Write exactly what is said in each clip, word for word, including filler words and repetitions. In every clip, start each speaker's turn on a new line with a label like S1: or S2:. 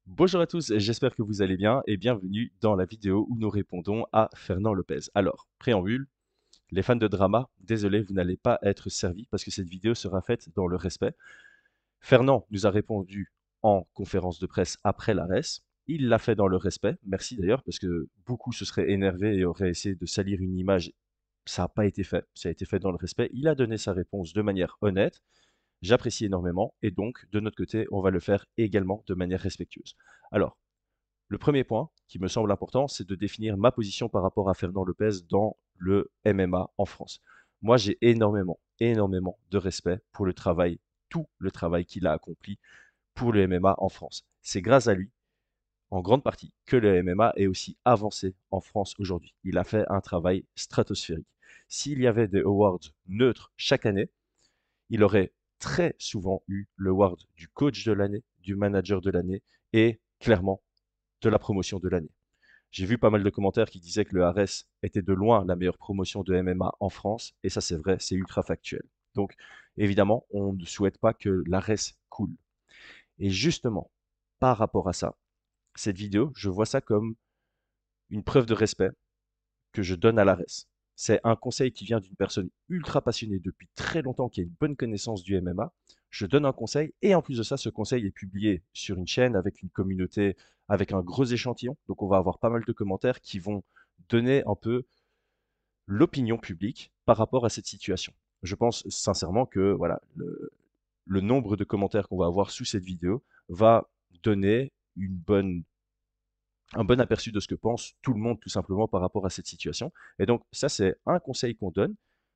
S1: Bonjour à tous, j'espère que vous allez bien et bienvenue dans la vidéo où nous répondons à Fernand Lopez. Alors, préambule, les fans de drama, désolé, vous n'allez pas être servis parce que cette vidéo sera faite dans le respect. Fernand nous a répondu en conférence de presse après la res. Il l'a fait dans le respect, merci d'ailleurs, parce que beaucoup se seraient énervés et auraient essayé de salir une image. Ça n'a pas été fait, ça a été fait dans le respect. Il a donné sa réponse de manière honnête. J'apprécie énormément et donc, de notre côté, on va le faire également de manière respectueuse. Alors, le premier point qui me semble important, c'est de définir ma position par rapport à Fernand Lopez dans le M M A en France. Moi, j'ai énormément, énormément de respect pour le travail, tout le travail qu'il a accompli pour le M M A en France. C'est grâce à lui, en grande partie, que le M M A est aussi avancé en France aujourd'hui. Il a fait un travail stratosphérique. S'il y avait des awards neutres chaque année, il aurait très souvent eu le award du coach de l'année, du manager de l'année et clairement de la promotion de l'année. J'ai vu pas mal de commentaires qui disaient que le Ares était de loin la meilleure promotion de M M A en France, et ça c'est vrai, c'est ultra factuel. Donc évidemment, on ne souhaite pas que l'Ares coule. Et justement, par rapport à ça, cette vidéo, je vois ça comme une preuve de respect que je donne à l'Ares. C'est un conseil qui vient d'une personne ultra passionnée depuis très longtemps, qui a une bonne connaissance du M M A. Je donne un conseil et en plus de ça, ce conseil est publié sur une chaîne avec une communauté, avec un gros échantillon. Donc on va avoir pas mal de commentaires qui vont donner un peu l'opinion publique par rapport à cette situation. Je pense sincèrement que voilà, le, le nombre de commentaires qu'on va avoir sous cette vidéo va donner une bonne un bon aperçu de ce que pense tout le monde tout simplement par rapport à cette situation. Et donc ça, c'est un conseil qu'on donne.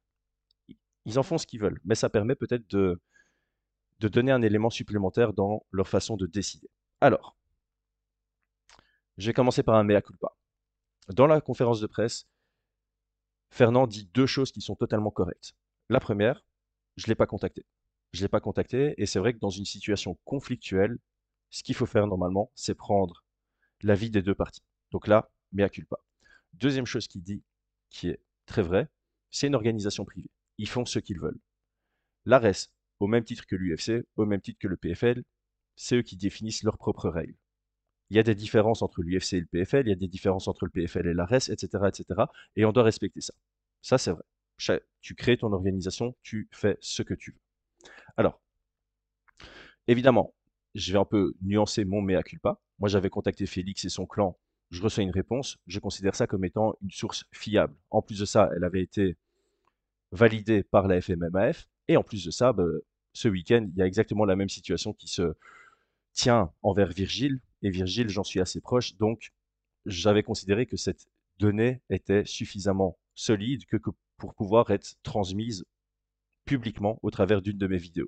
S1: Ils en font ce qu'ils veulent, mais ça permet peut-être de, de donner un élément supplémentaire dans leur façon de décider. Alors, je vais commencer par un mea culpa. Dans la conférence de presse, Fernand dit deux choses qui sont totalement correctes. La première, je ne l'ai pas contacté. Je ne l'ai pas contacté et c'est vrai que dans une situation conflictuelle, ce qu'il faut faire normalement, c'est prendre l'avis des deux parties. Donc là, mea culpa. Deuxième chose qu'il dit, qui est très vrai, c'est une organisation privée. Ils font ce qu'ils veulent. L'Ares, au même titre que l'U F C, au même titre que le P F L, c'est eux qui définissent leurs propres règles. Il y a des différences entre l'U F C et le P F L, il y a des différences entre le P F L et l'Ares, et cetera, et cetera. Et on doit respecter ça. Ça, c'est vrai. Tu crées ton organisation, tu fais ce que tu veux. Alors, évidemment, je vais un peu nuancer mon mea culpa. Moi, j'avais contacté Félix et son clan. Je reçois une réponse. Je considère ça comme étant une source fiable. En plus de ça, elle avait été validée par la F M M A F. Et en plus de ça, bah, ce week-end, il y a exactement la même situation qui se tient envers Virgile. Et Virgile, j'en suis assez proche. Donc, j'avais considéré que cette donnée était suffisamment solide que, que pour pouvoir être transmise publiquement au travers d'une de mes vidéos.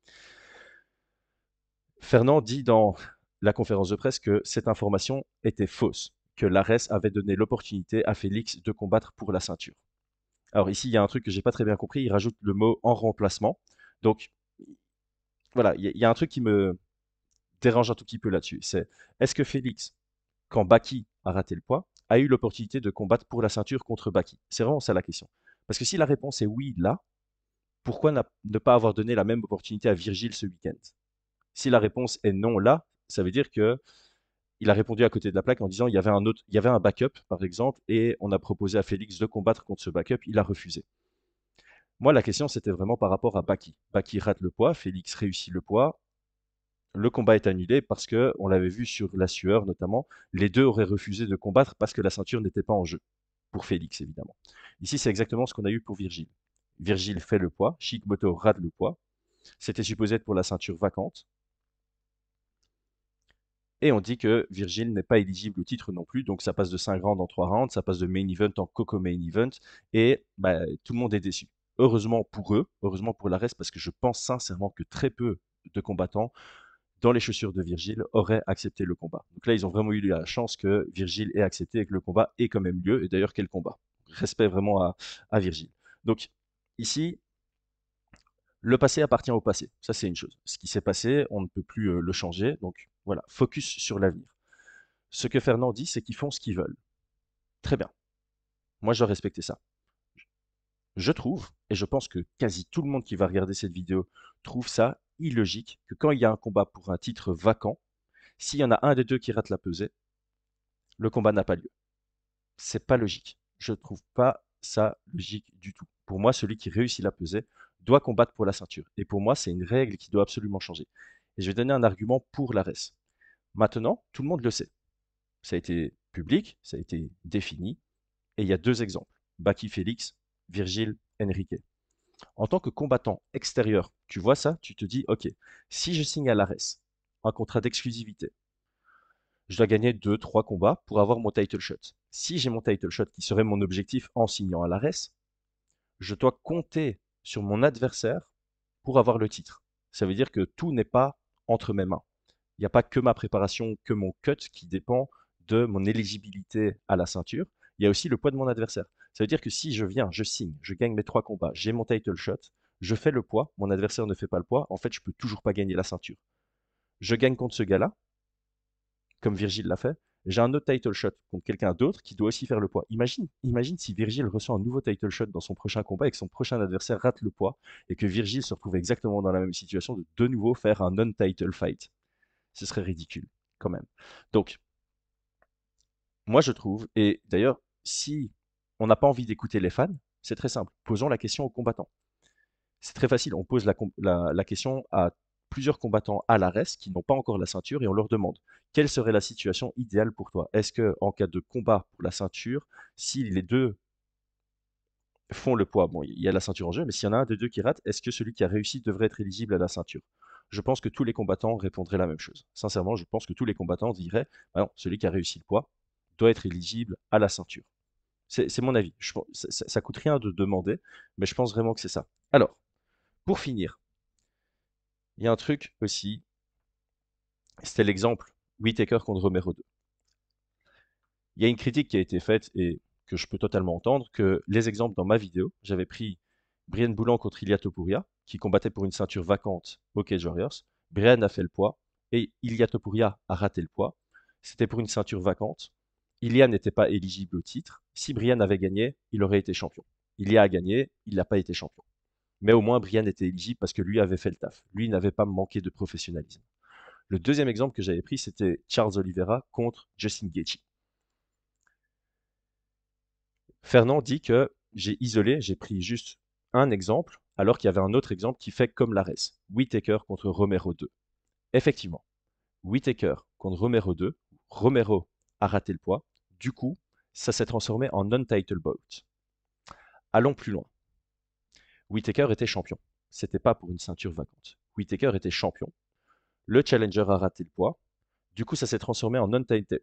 S1: Fernand dit dans la conférence de presse que cette information était fausse, que l'Ares avait donné l'opportunité à Félix de combattre pour la ceinture. Alors ici, il y a un truc que j'ai pas très bien compris, il rajoute le mot en remplacement. Donc voilà, il y, a- il y a un truc qui me dérange un tout petit peu là-dessus. C'est est-ce que Félix, quand Baki a raté le poids, a eu l'opportunité de combattre pour la ceinture contre Baki? C'est vraiment ça la question. Parce que si la réponse est oui là, pourquoi ne pas avoir donné la même opportunité à Virgile ce week-end? Si la réponse est non là, ça veut dire que il a répondu à côté de la plaque en disant il y avait un autre, il y avait un backup par exemple, et on a proposé à Félix de combattre contre ce backup, il a refusé. Moi, la question c'était vraiment par rapport à Baki. Baki rate le poids, Félix réussit le poids, le combat est annulé parce que on l'avait vu sur la sueur notamment, les deux auraient refusé de combattre parce que la ceinture n'était pas en jeu pour Félix évidemment. Ici, c'est exactement ce qu'on a eu pour Virgile. Virgile fait le poids, Shikmoto rate le poids. C'était supposé être pour la ceinture vacante. Et on dit que Virgile n'est pas éligible au titre non plus, donc ça passe de cinq rounds en trois rounds, ça passe de main event en coco main event, et bah, tout le monde est déçu. Heureusement pour eux, heureusement pour la reste, parce que je pense sincèrement que très peu de combattants dans les chaussures de Virgile auraient accepté le combat. Donc là, ils ont vraiment eu la chance que Virgile ait accepté et que le combat ait quand même lieu, et d'ailleurs quel combat. Respect vraiment à, à Virgile. Donc ici, le passé appartient au passé. Ça, c'est une chose. Ce qui s'est passé, on ne peut plus euh, le changer. Donc voilà, focus sur l'avenir. Ce que Fernand dit, c'est qu'ils font ce qu'ils veulent. Très bien. Moi, je dois respecter ça. Je trouve, et je pense que quasi tout le monde qui va regarder cette vidéo trouve ça illogique, que quand il y a un combat pour un titre vacant, S'il y en a un des deux qui rate la pesée, le combat n'a pas lieu. C'est pas logique. Je trouve pas ça logique du tout. Pour moi, celui qui réussit la pesée doit combattre pour la ceinture. Et pour moi, c'est une règle qui doit absolument changer. Et je vais donner un argument pour l'Ares. Maintenant, tout le monde le sait. Ça a été public, ça a été défini, et il y a deux exemples. Baki Félix, Virgile Enrique. En tant que combattant extérieur, tu vois ça, tu te dis, ok, si je signe à l'Ares un contrat d'exclusivité, je dois gagner deux, trois combats pour avoir mon title shot. Si j'ai mon title shot, qui serait mon objectif en signant à l'Ares, je dois compter sur mon adversaire pour avoir le titre. Ça veut dire que tout n'est pas entre mes mains. Il n'y a pas que ma préparation, que mon cut qui dépend de mon éligibilité à la ceinture. Il y a aussi le poids de mon adversaire. Ça veut dire que si je viens, je signe, je gagne mes trois combats, j'ai mon title shot, je fais le poids, mon adversaire ne fait pas le poids, en fait, je peux toujours pas gagner la ceinture. Je gagne contre ce gars-là, comme Virgile l'a fait. J'ai un autre title shot contre quelqu'un d'autre qui doit aussi faire le poids. Imagine, imagine si Virgile reçoit un nouveau title shot dans son prochain combat et que son prochain adversaire rate le poids et que Virgile se retrouve exactement dans la même situation de de nouveau faire un non-title fight. Ce serait ridicule, quand même. Donc, moi je trouve, et d'ailleurs, si on n'a pas envie d'écouter les fans, c'est très simple. Posons la question aux combattants. C'est très facile. On pose la, la, la question à plusieurs combattants à l'Ares qui n'ont pas encore la ceinture et on leur demande quelle serait la situation idéale pour toi. Est-ce que en cas de combat pour la ceinture, si les deux font le poids, bon, il y a la ceinture en jeu, mais s'il y en a un des deux qui rate, est-ce que celui qui a réussi devrait être éligible à la ceinture? Je pense que tous les combattants répondraient la même chose. Sincèrement, je pense que tous les combattants diraient, bah non, celui qui a réussi le poids doit être éligible à la ceinture. C'est mon avis. Je, ça, ça coûte rien de demander, mais je pense vraiment que c'est ça. Alors, pour finir, il y a un truc aussi, c'était l'exemple Whittaker contre Romero deux. Il y a une critique qui a été faite et que je peux totalement entendre, que les exemples dans ma vidéo, j'avais pris Brian Boulan contre Ilia Topuria, qui combattait pour une ceinture vacante au Cage Warriors. Brian a fait le poids et Ilia Topuria a raté le poids. C'était pour une ceinture vacante. Ilia n'était pas éligible au titre. Si Brian avait gagné, il aurait été champion. Ilia a gagné, il n'a pas été champion. Mais au moins, Brian était éligible parce que lui avait fait le taf. Lui n'avait pas manqué de professionnalisme. Le deuxième exemple que j'avais pris, c'était Charles Oliveira contre Justin Gaethje. Fernand dit que j'ai isolé, j'ai pris juste un exemple, alors qu'il y avait un autre exemple qui fait comme l'Ares. Whittaker contre Romero deux. Effectivement, Whittaker contre Romero deux, Romero a raté le poids, du coup, ça s'est transformé en non-title bout. Allons plus loin. Whittaker était champion. C'était pas pour une ceinture vacante. Whittaker était champion. Le challenger a raté le poids. Du coup, ça s'est transformé en non-title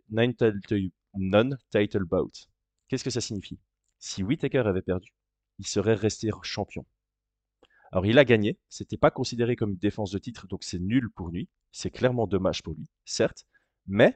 S1: non bout. Qu'est-ce que ça signifie? Si Whittaker avait perdu, il serait resté champion. Alors, il a gagné. C'était pas considéré comme une défense de titre, donc c'est nul pour lui. C'est clairement dommage pour lui, certes. Mais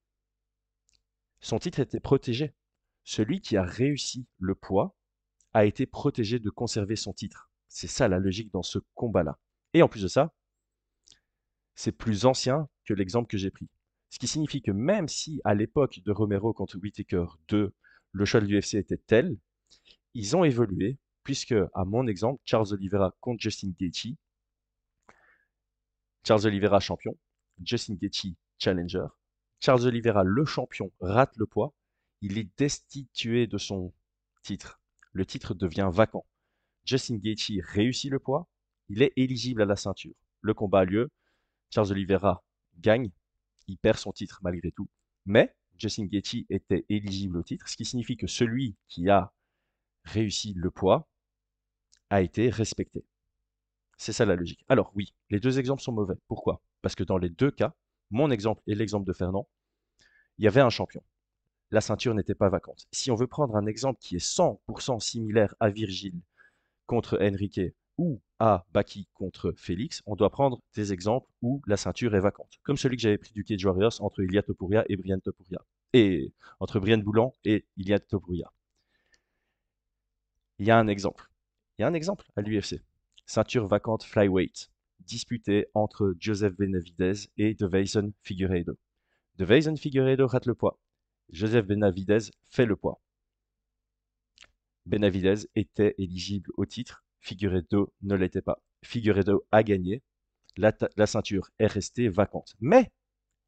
S1: son titre était protégé. Celui qui a réussi le poids a été protégé de conserver son titre. C'est ça la logique dans ce combat-là. Et en plus de ça, c'est plus ancien que l'exemple que j'ai pris. Ce qui signifie que même si à l'époque de Romero contre Whittaker deux, le choix de l'U F C était tel, ils ont évolué, puisque, à mon exemple, Charles Oliveira contre Justin Gaethje, Charles Oliveira champion, Justin Gaethje challenger, Charles Oliveira le champion rate le poids, il est destitué de son titre. Le titre devient vacant. Justin Gaethje réussit le poids, il est éligible à la ceinture. Le combat a lieu, Charles Oliveira gagne, il perd son titre malgré tout, mais Justin Gaethje était éligible au titre, ce qui signifie que celui qui a réussi le poids a été respecté. C'est ça la logique. Alors oui, les deux exemples sont mauvais. Pourquoi? Parce que dans les deux cas, mon exemple et l'exemple de Fernand, il y avait un champion. La ceinture n'était pas vacante. Si on veut prendre un exemple qui est cent pour cent similaire à Virgile contre Enrique ou à Baki contre Félix, on doit prendre des exemples où la ceinture est vacante. Comme celui que j'avais pris du Cage Warriors entre Ilia Topuria et Brian Topuria. Et entre Brian Boulan et Ilia Topuria. Il y a un exemple. Il y a un exemple à l'U F C. Ceinture vacante flyweight, disputée entre Joseph Benavidez et Deiveson Figueiredo. Deiveson Figueiredo rate le poids. Joseph Benavidez fait le poids. Benavidez était éligible au titre, Figueiredo ne l'était pas. Figueiredo a gagné, la, la ceinture est restée vacante. Mais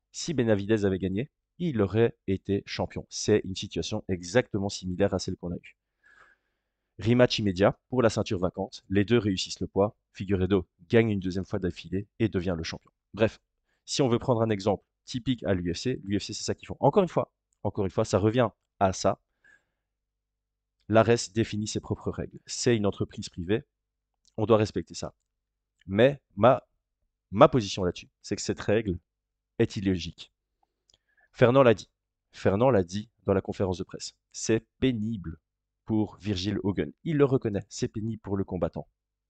S1: Si Benavidez avait gagné, il aurait été champion. C'est une situation exactement similaire à celle qu'on a eue. Rematch immédiat pour la ceinture vacante. Les deux réussissent le poids. Figueiredo gagne une deuxième fois d'affilée et devient le champion. Bref, si on veut prendre un exemple typique à l'U F C, l'U F C c'est ça qu'ils font. Encore une fois, encore une fois, ça revient à ça. L'A R E S définit ses propres règles. C'est une entreprise privée, on doit respecter ça. Mais ma, ma position là-dessus, c'est que cette règle est illogique. Fernand l'a dit. Fernand l'a dit dans la conférence de presse. C'est pénible pour Virgil Hogan. Il le reconnaît. C'est pénible pour le combattant.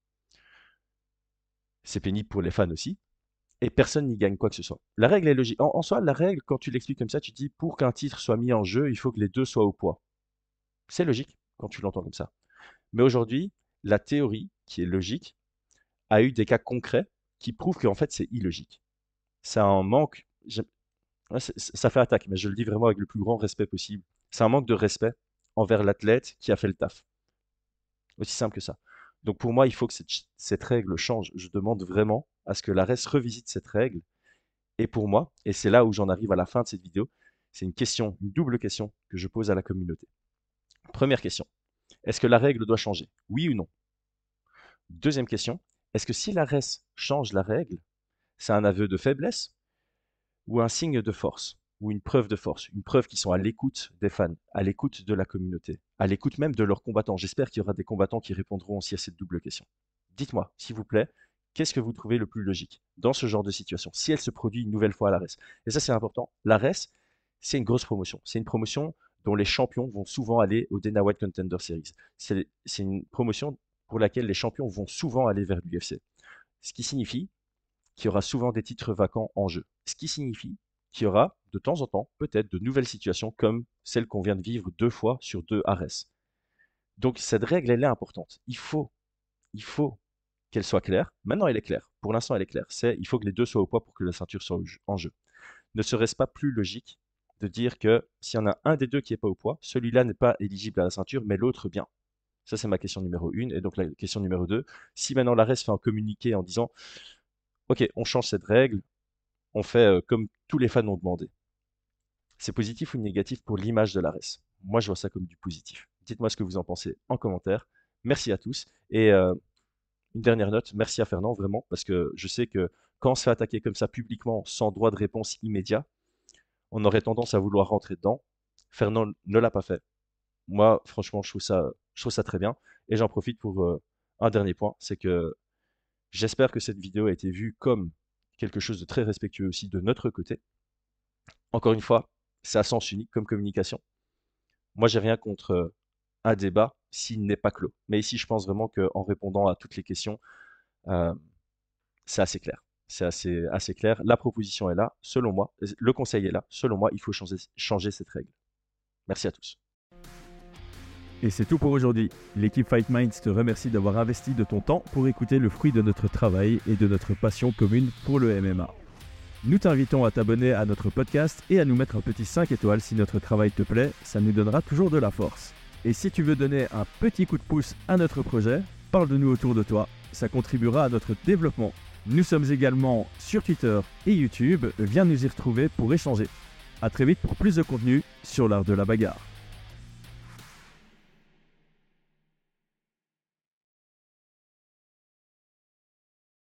S1: C'est pénible pour les fans aussi. Et personne n'y gagne quoi que ce soit. La règle est logique. En, en soi, la règle, quand tu l'expliques comme ça, tu dis pour qu'un titre soit mis en jeu, il faut que les deux soient au poids. C'est logique quand tu l'entends comme ça. Mais aujourd'hui, la théorie, qui est logique, a eu des cas concrets qui prouvent qu'en fait, c'est illogique. C'est un manque. Ça fait attaque, mais je le dis vraiment avec le plus grand respect possible. C'est un manque de respect envers l'athlète qui a fait le taf. Aussi simple que ça. Donc pour moi, il faut que cette, cette règle change. Je demande vraiment à ce que l'A R E S revisite cette règle. Et pour moi, et c'est là où j'en arrive à la fin de cette vidéo, c'est une question, une double question que je pose à la communauté. Première question, est-ce que la règle doit changer? Oui ou non? Deuxième question, est-ce que si l'A R E S change la règle, c'est un aveu de faiblesse ou un signe de force, ou une preuve de force, une preuve qu'ils sont à l'écoute des fans, à l'écoute de la communauté, à l'écoute même de leurs combattants. J'espère qu'il y aura des combattants qui répondront aussi à cette double question. Dites-moi, s'il vous plaît, qu'est-ce que vous trouvez le plus logique dans ce genre de situation, si elle se produit une nouvelle fois à l'A R E S? Et ça, c'est important. L'A R E S, c'est une grosse promotion. C'est une promotion dont les champions vont souvent aller au Dana White Contender Series. C'est une promotion pour laquelle les champions vont souvent aller vers l'U F C. Ce qui signifie qu'il y aura souvent des titres vacants en jeu. Ce qui signifie qu'il y aura de temps en temps peut-être de nouvelles situations comme celle qu'on vient de vivre deux fois sur deux A R E S. Donc cette règle, elle est importante. Il faut, il faut qu'elle soit claire. Maintenant, elle est claire. Pour l'instant, elle est claire. C'est il faut que les deux soient au poids pour que la ceinture soit en jeu. Ne serait-ce pas plus logique de dire que s'il y en a un des deux qui n'est pas au poids, celui-là n'est pas éligible à la ceinture, mais l'autre bien? Ça, c'est ma question numéro une. Et donc la question numéro deux, si maintenant l'A R E S fait un communiqué en disant ok, on change cette règle, on fait euh, comme tous les fans ont demandé. C'est positif ou négatif pour l'image de l'A R E S? Moi, je vois ça comme du positif. Dites-moi ce que vous en pensez en commentaire. Merci à tous. Et euh, une dernière note, merci à Fernand, vraiment, parce que je sais que quand on se fait attaquer comme ça publiquement, sans droit de réponse immédiat, on aurait tendance à vouloir rentrer dedans. Fernand ne l'a pas fait. Moi, franchement, je trouve ça, je trouve ça très bien. Et j'en profite pour euh, un dernier point, c'est que j'espère que cette vidéo a été vue comme quelque chose de très respectueux aussi de notre côté. Encore une fois, c'est à sens unique comme communication. Moi, j'ai rien contre euh, un débat s'il n'est pas clos. Mais ici, je pense vraiment qu'en répondant à toutes les questions, euh, c'est assez clair. C'est assez, assez clair. La proposition est là, selon moi. Le conseil est là. Selon moi, il faut changer, changer cette règle. Merci à tous.
S2: Et c'est tout pour aujourd'hui. L'équipe Fight Minds te remercie d'avoir investi de ton temps pour écouter le fruit de notre travail et de notre passion commune pour le M M A. Nous t'invitons à t'abonner à notre podcast et à nous mettre un petit cinq étoiles si notre travail te plaît, ça nous donnera toujours de la force. Et si tu veux donner un petit coup de pouce à notre projet, parle de nous autour de toi, ça contribuera à notre développement. Nous sommes également sur Twitter et YouTube, viens nous y retrouver pour échanger. A très vite pour plus de contenu sur l'art de la bagarre.